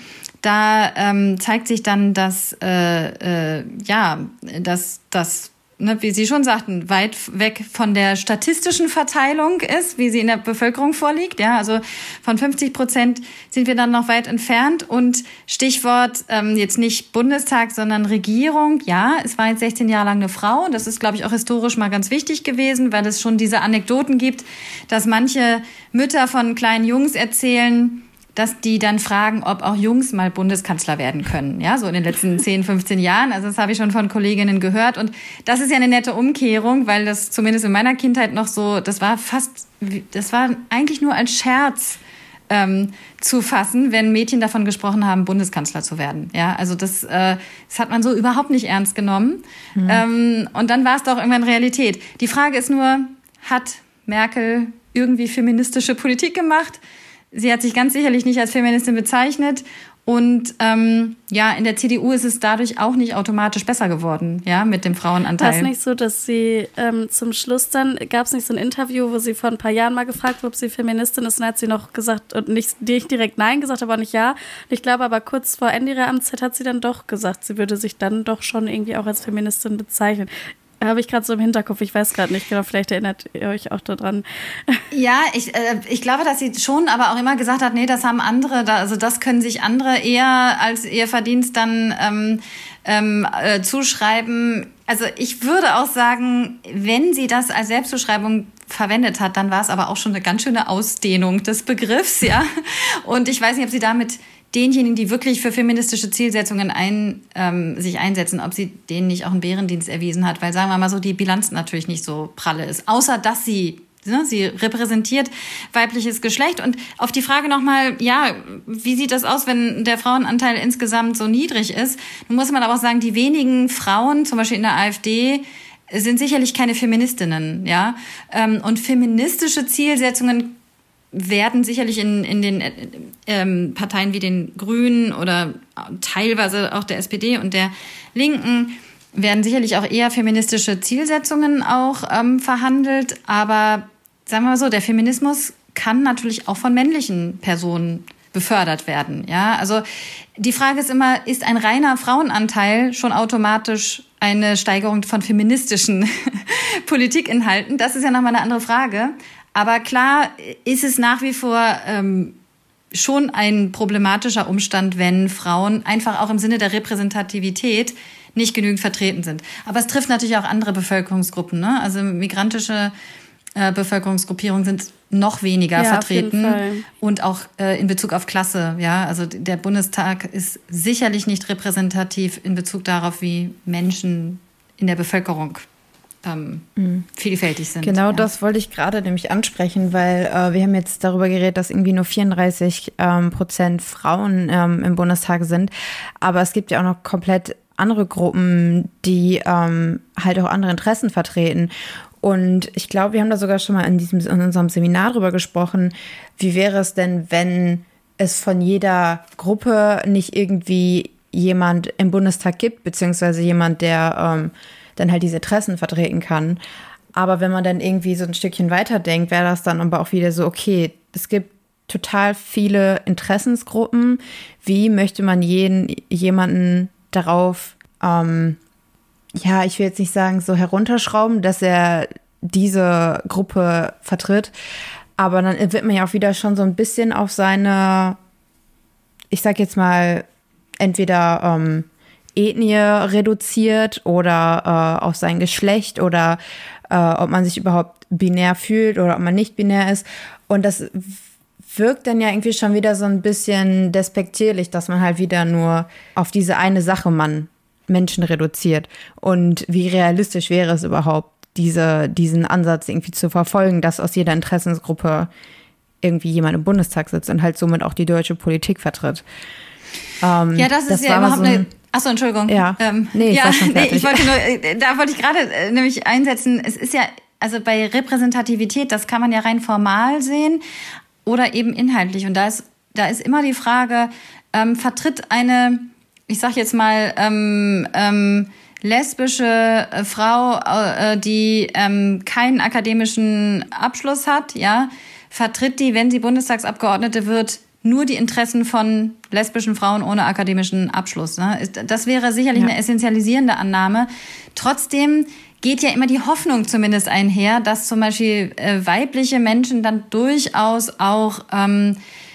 Da ähm, zeigt sich dann, dass äh, äh, ja, dass das, ne, wie Sie schon sagten, weit weg von der statistischen Verteilung ist, wie sie in der Bevölkerung vorliegt. Ja, also von fünfzig Prozent sind wir dann noch weit entfernt. Und Stichwort ähm, jetzt nicht Bundestag, sondern Regierung. Ja, es war jetzt sechzehn Jahre lang eine Frau. Das ist, glaube ich, auch historisch mal ganz wichtig gewesen, weil es schon diese Anekdoten gibt, dass manche Mütter von kleinen Jungs erzählen, dass die dann fragen, ob auch Jungs mal Bundeskanzler werden können, ja, so in den letzten zehn, fünfzehn Jahren. Also das habe ich schon von Kolleginnen gehört. Und das ist ja eine nette Umkehrung, weil das zumindest in meiner Kindheit noch so, das war fast, das war eigentlich nur als Scherz ähm, zu fassen, wenn Mädchen davon gesprochen haben, Bundeskanzler zu werden. Ja, also das, äh, das hat man so überhaupt nicht ernst genommen. Mhm. Ähm, und dann war es doch irgendwann Realität. Die Frage ist nur, hat Merkel irgendwie feministische Politik gemacht? Sie hat sich ganz sicherlich nicht als Feministin bezeichnet. Und ähm, ja, in der C D U ist es dadurch auch nicht automatisch besser geworden, ja, mit dem Frauenanteil. War es nicht so, dass sie ähm, zum Schluss dann, gab es nicht so ein Interview, wo sie vor ein paar Jahren mal gefragt wurde, ob sie Feministin ist, und hat sie noch gesagt, und nicht, nicht direkt Nein gesagt, aber auch nicht Ja. Ich glaube aber kurz vor Ende ihrer Amtszeit hat sie dann doch gesagt, sie würde sich dann doch schon irgendwie auch als Feministin bezeichnen. Habe ich gerade so im Hinterkopf, ich weiß gerade nicht genau, vielleicht erinnert ihr euch auch daran. Ja, ich, äh, ich glaube, dass sie schon aber auch immer gesagt hat, nee, das haben andere, da, also das können sich andere eher als ihr Verdienst dann ähm, ähm, äh, zuschreiben. Also ich würde auch sagen, wenn sie das als Selbstzuschreibung verwendet hat, dann war es aber auch schon eine ganz schöne Ausdehnung des Begriffs, ja. Und ich weiß nicht, ob sie damit denjenigen, die wirklich für feministische Zielsetzungen ein, ähm, sich einsetzen, ob sie denen nicht auch einen Bärendienst erwiesen hat, weil, sagen wir mal so, die Bilanz natürlich nicht so pralle ist. Außer, dass sie, ne, sie repräsentiert weibliches Geschlecht. Und auf die Frage nochmal, ja, wie sieht das aus, wenn der Frauenanteil insgesamt so niedrig ist? Nun muss man aber auch sagen, die wenigen Frauen, zum Beispiel in der AfD, sind sicherlich keine Feministinnen, ja. Und feministische Zielsetzungen werden sicherlich in, in den ähm, Parteien wie den Grünen oder teilweise auch der S P D und der Linken werden sicherlich auch eher feministische Zielsetzungen auch ähm, verhandelt. Aber sagen wir mal so, der Feminismus kann natürlich auch von männlichen Personen befördert werden. Ja, also die Frage ist immer, ist ein reiner Frauenanteil schon automatisch eine Steigerung von feministischen Politikinhalten? Das ist ja nochmal eine andere Frage. Aber klar ist es nach wie vor ähm, schon ein problematischer Umstand, wenn Frauen einfach auch im Sinne der Repräsentativität nicht genügend vertreten sind. Aber es trifft natürlich auch andere Bevölkerungsgruppen, ne? Also migrantische äh, Bevölkerungsgruppierungen sind noch weniger ja, vertreten. auf jeden Fall. Und auch äh, in Bezug auf Klasse. Ja, also der Bundestag ist sicherlich nicht repräsentativ in Bezug darauf, wie Menschen in der Bevölkerung ähm, mhm. vielfältig sind. Genau, ja. Das wollte ich gerade nämlich ansprechen, weil äh, wir haben jetzt darüber geredet, dass irgendwie nur vierunddreißig ähm, Prozent Frauen ähm, im Bundestag sind. Aber es gibt ja auch noch komplett andere Gruppen, die ähm, halt auch andere Interessen vertreten. Und ich glaube, wir haben da sogar schon mal in, diesem, in unserem Seminar drüber gesprochen, wie wäre es denn, wenn es von jeder Gruppe nicht irgendwie jemand im Bundestag gibt, beziehungsweise jemand, der ähm, dann halt diese Interessen vertreten kann. Aber wenn man dann irgendwie so ein Stückchen weiterdenkt, wäre das dann aber auch wieder so, okay, es gibt total viele Interessensgruppen. Wie möchte man jeden, jemanden darauf ähm, ja, ich will jetzt nicht sagen, so herunterschrauben, dass er diese Gruppe vertritt. Aber dann wird man ja auch wieder schon so ein bisschen auf seine, ich sag jetzt mal, entweder ähm, Ethnie reduziert oder äh, auf sein Geschlecht oder äh, ob man sich überhaupt binär fühlt oder ob man nicht binär ist. Und das wirkt dann ja irgendwie schon wieder so ein bisschen despektierlich, dass man halt wieder nur auf diese eine Sache man Menschen reduziert. Und wie realistisch wäre es überhaupt, diese, diesen Ansatz irgendwie zu verfolgen, dass aus jeder Interessensgruppe irgendwie jemand im Bundestag sitzt und halt somit auch die deutsche Politik vertritt. Ähm, ja, das ist das ja überhaupt so ein, eine... Achso, Entschuldigung. Ja, ähm, nee, ich ja, war schon fertig. Nee, ich wollte nur, da wollte ich gerade äh, nämlich einsetzen, es ist ja, also bei Repräsentativität, das kann man ja rein formal sehen oder eben inhaltlich. Und da ist, da ist immer die Frage, ähm, vertritt eine... ich sag jetzt mal, ähm, ähm, lesbische äh, Frau, äh, die ähm, keinen akademischen Abschluss hat, ja, vertritt die, wenn sie Bundestagsabgeordnete wird, nur die Interessen von lesbischen Frauen ohne akademischen Abschluss. Ne? Das wäre sicherlich ja. eine essentialisierende Annahme. Trotzdem geht ja immer die Hoffnung zumindest einher, dass zum Beispiel äh, weibliche Menschen dann durchaus auch ähm,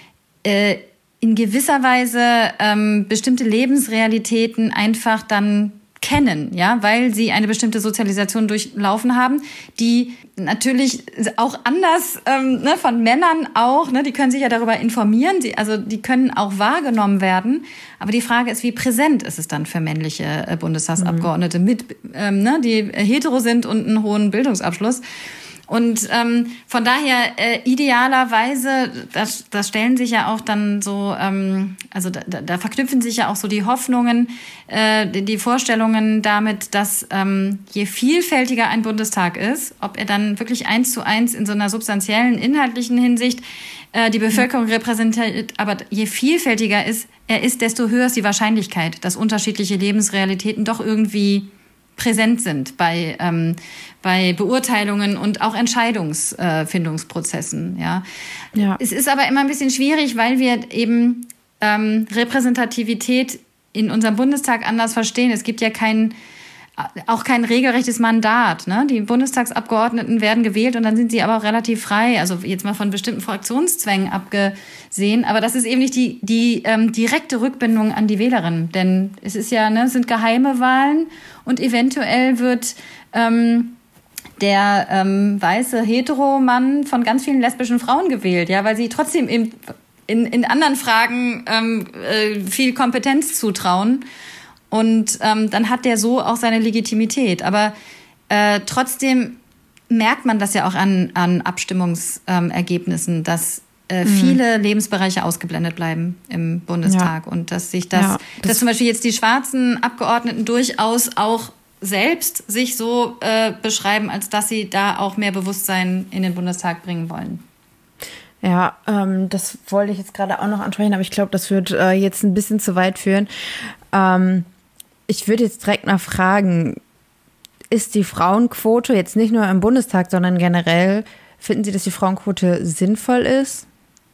äh, in gewisser Weise ähm, bestimmte Lebensrealitäten einfach dann kennen, ja, weil sie eine bestimmte Sozialisation durchlaufen haben, die natürlich auch anders ähm, ne, von Männern auch, ne, die können sich ja darüber informieren, sie, also die können auch wahrgenommen werden, aber die Frage ist, wie präsent ist es dann für männliche äh, Bundestagsabgeordnete mhm. mit, ähm, ne, die hetero sind und einen hohen Bildungsabschluss. Und ähm, von daher äh, idealerweise, das, das stellen sich ja auch dann so, ähm, also da, da verknüpfen sich ja auch so die Hoffnungen, äh, die, die Vorstellungen damit, dass ähm, je vielfältiger ein Bundestag ist, ob er dann wirklich eins zu eins in so einer substanziellen, inhaltlichen Hinsicht äh, die Bevölkerung repräsentiert, aber je vielfältiger ist, er ist, desto höher ist die Wahrscheinlichkeit, dass unterschiedliche Lebensrealitäten doch irgendwie präsent sind bei ähm, bei Beurteilungen und auch Entscheidungsfindungsprozessen. Äh, ja. ja. Es ist aber immer ein bisschen schwierig, weil wir eben ähm, Repräsentativität in unserem Bundestag anders verstehen. Es gibt ja kein, auch kein regelrechtes Mandat. Ne? Die Bundestagsabgeordneten werden gewählt und dann sind sie aber auch relativ frei. Also jetzt mal von bestimmten Fraktionszwängen abgesehen. Aber das ist eben nicht die, die ähm, direkte Rückbindung an die Wählerin. Denn es ist ja, ne, es sind geheime Wahlen und eventuell wird ähm, der ähm, weiße Hetero-Mann von ganz vielen lesbischen Frauen gewählt, ja, weil sie trotzdem in, in, in anderen Fragen ähm, äh, viel Kompetenz zutrauen. Und ähm, dann hat der so auch seine Legitimität. Aber äh, trotzdem merkt man das ja auch an, an Abstimmungsergebnissen, ähm, dass äh, mhm. viele Lebensbereiche ausgeblendet bleiben im Bundestag. Ja. Und dass sich das, ja, das, dass zum Beispiel jetzt die schwarzen Abgeordneten durchaus auch selbst sich so äh, beschreiben, als dass sie da auch mehr Bewusstsein in den Bundestag bringen wollen. Ja, ähm, das wollte ich jetzt gerade auch noch ansprechen, aber ich glaube, das wird äh, jetzt ein bisschen zu weit führen. Ähm, ich würde jetzt direkt mal fragen, ist die Frauenquote jetzt nicht nur im Bundestag, sondern generell, finden Sie, dass die Frauenquote sinnvoll ist?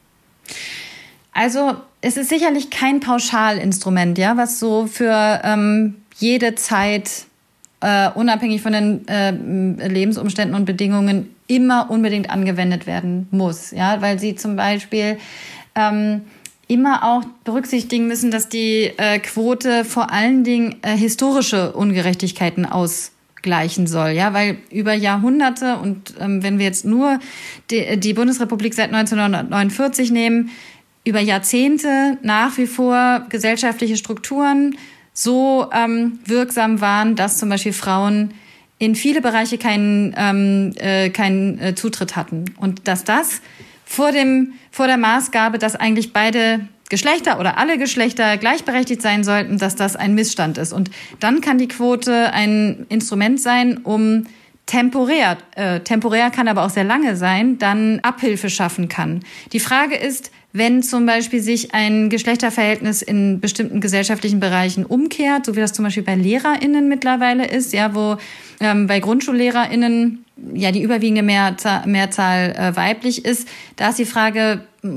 Also es ist sicherlich kein Pauschalinstrument, ja, was so für ähm, jede Zeit äh, unabhängig von den äh, Lebensumständen und Bedingungen immer unbedingt angewendet werden muss, ja, weil sie zum Beispiel ähm, immer auch berücksichtigen müssen, dass die äh, Quote vor allen Dingen äh, historische Ungerechtigkeiten ausgleichen soll, ja, weil über Jahrhunderte und ähm, wenn wir jetzt nur die, die Bundesrepublik seit neunzehnhundertneunundvierzig nehmen, über Jahrzehnte nach wie vor gesellschaftliche Strukturen so ähm, wirksam waren, dass zum Beispiel Frauen in viele Bereiche keinen ähm, äh, keinen äh, Zutritt hatten. Und dass das vor dem vor der Maßgabe, dass eigentlich beide Geschlechter oder alle Geschlechter gleichberechtigt sein sollten, dass das ein Missstand ist. Und dann kann die Quote ein Instrument sein, um temporär, äh, temporär kann aber auch sehr lange sein, dann Abhilfe schaffen kann. Die Frage ist, wenn zum Beispiel sich ein Geschlechterverhältnis in bestimmten gesellschaftlichen Bereichen umkehrt, so wie das zum Beispiel bei LehrerInnen mittlerweile ist, ja, wo ähm, bei GrundschullehrerInnen ja die überwiegende Mehrzahl, Mehrzahl äh, weiblich ist, da ist die Frage,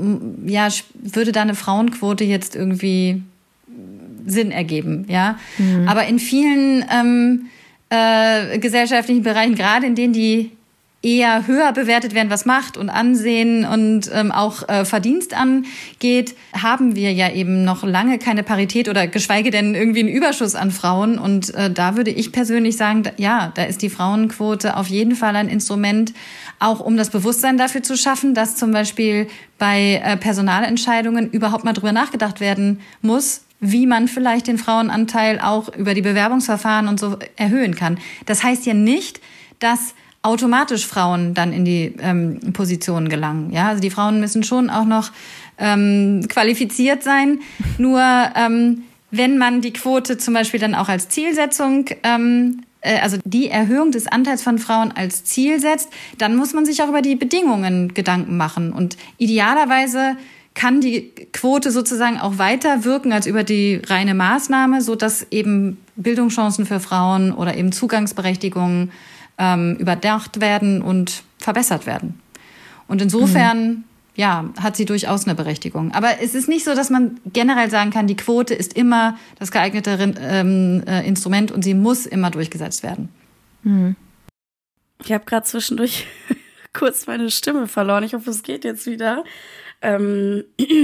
ja, würde da eine Frauenquote jetzt irgendwie Sinn ergeben, ja? Mhm. Aber in vielen ähm, äh, gesellschaftlichen Bereichen, gerade in denen die eher höher bewertet werden, was Macht und Ansehen und ähm, auch äh, Verdienst angeht, haben wir ja eben noch lange keine Parität oder geschweige denn irgendwie einen Überschuss an Frauen. Und äh, da würde ich persönlich sagen, da, ja, da ist die Frauenquote auf jeden Fall ein Instrument, auch um das Bewusstsein dafür zu schaffen, dass zum Beispiel bei äh, Personalentscheidungen überhaupt mal drüber nachgedacht werden muss, wie man vielleicht den Frauenanteil auch über die Bewerbungsverfahren und so erhöhen kann. Das heißt ja nicht, dass automatisch Frauen dann in die ähm, Positionen gelangen. Ja, also die Frauen müssen schon auch noch ähm, qualifiziert sein. Nur ähm, wenn man die Quote zum Beispiel dann auch als Zielsetzung, ähm, äh, also die Erhöhung des Anteils von Frauen als Ziel setzt, dann muss man sich auch über die Bedingungen Gedanken machen. Und idealerweise kann die Quote sozusagen auch weiter wirken als über die reine Maßnahme, so dass eben Bildungschancen für Frauen oder eben Zugangsberechtigungen ähm, überdacht werden und verbessert werden. Und insofern, mhm. ja, hat sie durchaus eine Berechtigung. Aber es ist nicht so, dass man generell sagen kann, die Quote ist immer das geeignete ähm, äh, Instrument und sie muss immer durchgesetzt werden. Mhm. Ich habe gerade zwischendurch kurz meine Stimme verloren. Ich hoffe, es geht jetzt wieder. Ähm,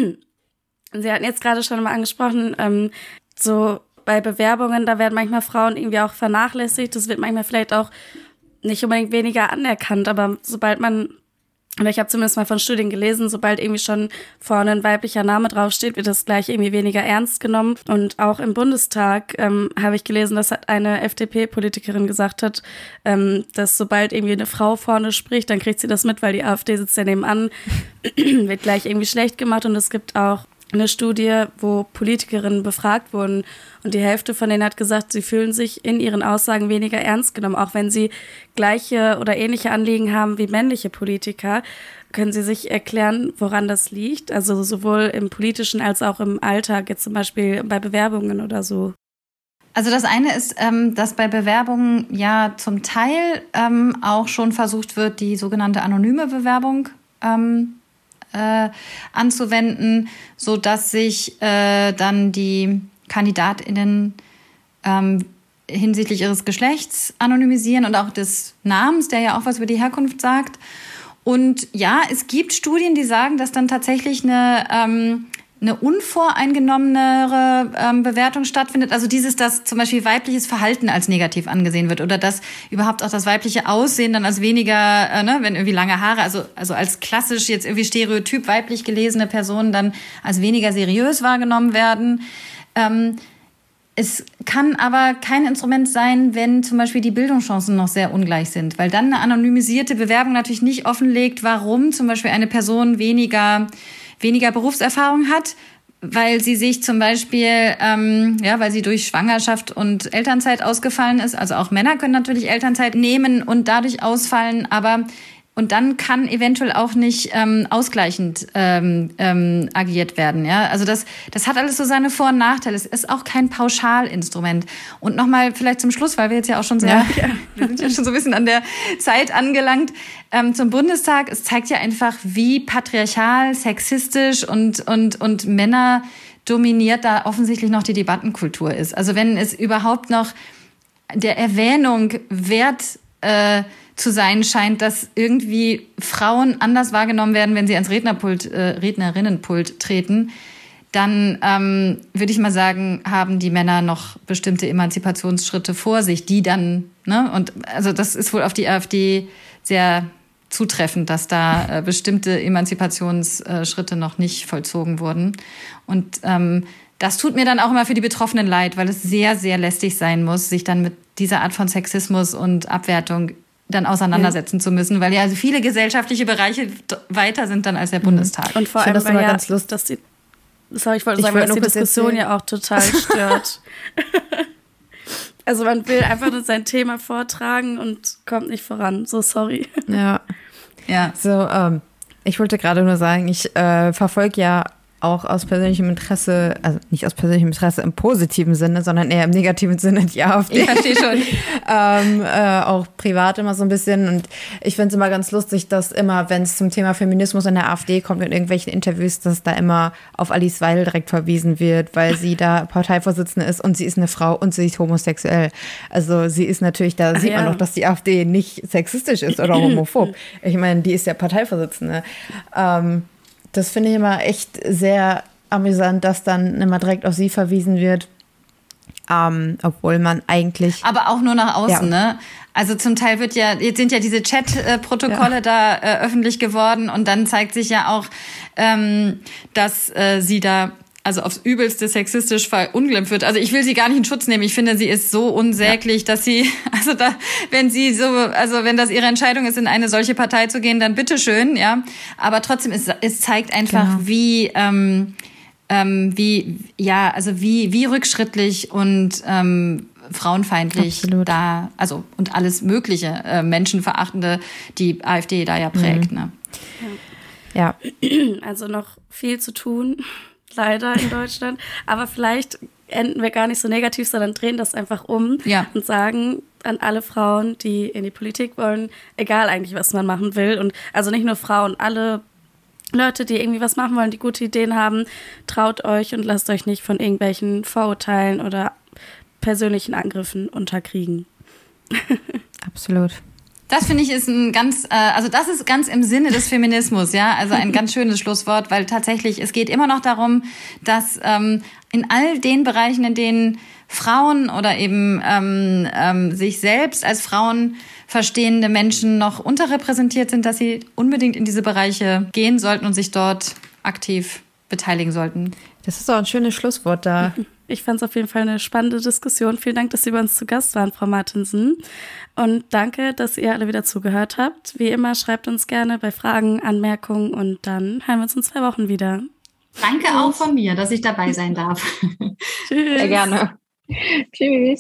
Sie hatten jetzt gerade schon mal angesprochen, ähm, so bei Bewerbungen, da werden manchmal Frauen irgendwie auch vernachlässigt. Das wird manchmal vielleicht auch nicht unbedingt weniger anerkannt, aber sobald man, oder ich habe zumindest mal von Studien gelesen, sobald irgendwie schon vorne ein weiblicher Name draufsteht, wird das gleich irgendwie weniger ernst genommen. Und auch im Bundestag ähm, habe ich gelesen, dass eine F D P-Politikerin gesagt hat, ähm, dass sobald irgendwie eine Frau vorne spricht, dann kriegt sie das mit, weil die AfD sitzt ja nebenan, wird gleich irgendwie schlecht gemacht. Und es gibt auch eine Studie, wo Politikerinnen befragt wurden und die Hälfte von denen hat gesagt, sie fühlen sich in ihren Aussagen weniger ernst genommen, auch wenn sie gleiche oder ähnliche Anliegen haben wie männliche Politiker. Können Sie sich erklären, woran das liegt? Also sowohl im politischen als auch im Alltag, jetzt zum Beispiel bei Bewerbungen oder so. Also das eine ist, ähm, dass bei Bewerbungen ja zum Teil ähm, auch schon versucht wird, die sogenannte anonyme Bewerbung ähm, Äh, anzuwenden, so dass sich äh, dann die KandidatInnen ähm, hinsichtlich ihres Geschlechts anonymisieren und auch des Namens, der ja auch was über die Herkunft sagt. Und ja, es gibt Studien, die sagen, dass dann tatsächlich eine ähm, eine unvoreingenommenere ähm, Bewertung stattfindet. Also dieses, dass zum Beispiel weibliches Verhalten als negativ angesehen wird oder dass überhaupt auch das weibliche Aussehen dann als weniger, äh, ne, wenn irgendwie lange Haare, also also als klassisch jetzt irgendwie stereotyp weiblich gelesene Personen dann als weniger seriös wahrgenommen werden. Ähm, es kann aber kein Instrument sein, wenn zum Beispiel die Bildungschancen noch sehr ungleich sind, weil dann eine anonymisierte Bewerbung natürlich nicht offenlegt, warum zum Beispiel eine Person weniger weniger Berufserfahrung hat, weil sie sich zum Beispiel, ähm, ja, weil sie durch Schwangerschaft und Elternzeit ausgefallen ist. Also auch Männer können natürlich Elternzeit nehmen und dadurch ausfallen, aber Und dann kann eventuell auch nicht ähm, ausgleichend ähm, ähm, agiert werden. Ja? Also das, das hat alles so seine Vor- und Nachteile. Es ist auch kein Pauschalinstrument. Und nochmal vielleicht zum Schluss, weil wir jetzt ja auch schon sehr, ja. wir sind ja schon so ein bisschen an der Zeit angelangt, ähm, zum Bundestag. Es zeigt ja einfach, wie patriarchal, sexistisch und, und, und Männer dominiert da offensichtlich noch die Debattenkultur ist. Also wenn es überhaupt noch der Erwähnung wert äh, zu sein scheint, dass irgendwie Frauen anders wahrgenommen werden, wenn sie ans Rednerpult, äh, Rednerinnenpult treten, dann ähm, würde ich mal sagen, haben die Männer noch bestimmte Emanzipationsschritte vor sich, die dann, ne, und also das ist wohl auf die AfD sehr zutreffend, dass da äh, bestimmte Emanzipationsschritte noch nicht vollzogen wurden. Und ähm, das tut mir dann auch immer für die Betroffenen leid, weil es sehr, sehr lästig sein muss, sich dann mit dieser Art von Sexismus und Abwertung dann auseinandersetzen ja. zu müssen, weil ja also viele gesellschaftliche Bereiche weiter sind dann als der Bundestag. Und vor allem, das weil ja, ganz Lust, dass die, sorry, ich wollte ich sagen, weil das die Diskussion ja auch total stört. Also man will einfach nur sein Thema vortragen und kommt nicht voran. So, sorry. Ja. Ja. So, ähm, ich wollte gerade nur sagen, ich äh, verfolge ja auch aus persönlichem Interesse, also nicht aus persönlichem Interesse im positiven Sinne, sondern eher im negativen Sinne die AfD. Ich verstehe schon. ähm, äh, auch privat immer so ein bisschen. Und ich finde es immer ganz lustig, dass immer, wenn es zum Thema Feminismus in der AfD kommt, in irgendwelchen Interviews, dass da immer auf Alice Weidel direkt verwiesen wird, weil sie da Parteivorsitzende ist und sie ist eine Frau und sie ist homosexuell. Also sie ist natürlich, da Ach sieht ja. man doch, dass die AfD nicht sexistisch ist oder homophob. Ich meine, die ist ja Parteivorsitzende. Ähm, Das finde ich immer echt sehr amüsant, dass dann immer direkt auf sie verwiesen wird, ähm, obwohl man eigentlich... Aber auch nur nach außen, ja. ne? Also zum Teil wird ja, jetzt sind ja diese Chat-Protokolle ja. da äh, öffentlich geworden und dann zeigt sich ja auch, ähm, dass äh, sie da also aufs Übelste sexistisch verunglimpft wird. Also ich will sie gar nicht in Schutz nehmen. Ich finde, sie ist so unsäglich, ja. dass sie, also da, wenn sie so, also wenn das ihre Entscheidung ist, in eine solche Partei zu gehen, dann bitteschön, ja. Aber trotzdem, es, es zeigt einfach, genau. wie, ähm, ähm, wie, ja, also wie, wie rückschrittlich und ähm, frauenfeindlich Absolut. da, also und alles Mögliche, äh, menschenverachtende, die AfD da ja prägt, mhm. ne. Ja. Also noch viel zu tun. Leider in Deutschland. Aber vielleicht enden wir gar nicht so negativ, sondern drehen das einfach um ja. und sagen an alle Frauen, die in die Politik wollen, egal eigentlich, was man machen will. Und also nicht nur Frauen, alle Leute, die irgendwie was machen wollen, die gute Ideen haben, traut euch und lasst euch nicht von irgendwelchen Vorurteilen oder persönlichen Angriffen unterkriegen. Absolut. Das finde ich ist ein ganz, äh, also das ist ganz im Sinne des Feminismus, ja, also ein ganz schönes Schlusswort, weil tatsächlich es geht immer noch darum, dass ähm, in all den Bereichen, in denen Frauen oder eben ähm, ähm, sich selbst als Frauen verstehende Menschen noch unterrepräsentiert sind, dass sie unbedingt in diese Bereiche gehen sollten und sich dort aktiv beteiligen sollten. Das ist auch ein schönes Schlusswort da. Ich fand es auf jeden Fall eine spannende Diskussion. Vielen Dank, dass Sie bei uns zu Gast waren, Frau Martensen. Und danke, dass ihr alle wieder zugehört habt. Wie immer, schreibt uns gerne bei Fragen, Anmerkungen und dann hören wir uns in zwei Wochen wieder. Danke auch von mir, dass ich dabei sein darf. Tschüss. Sehr gerne. Tschüss.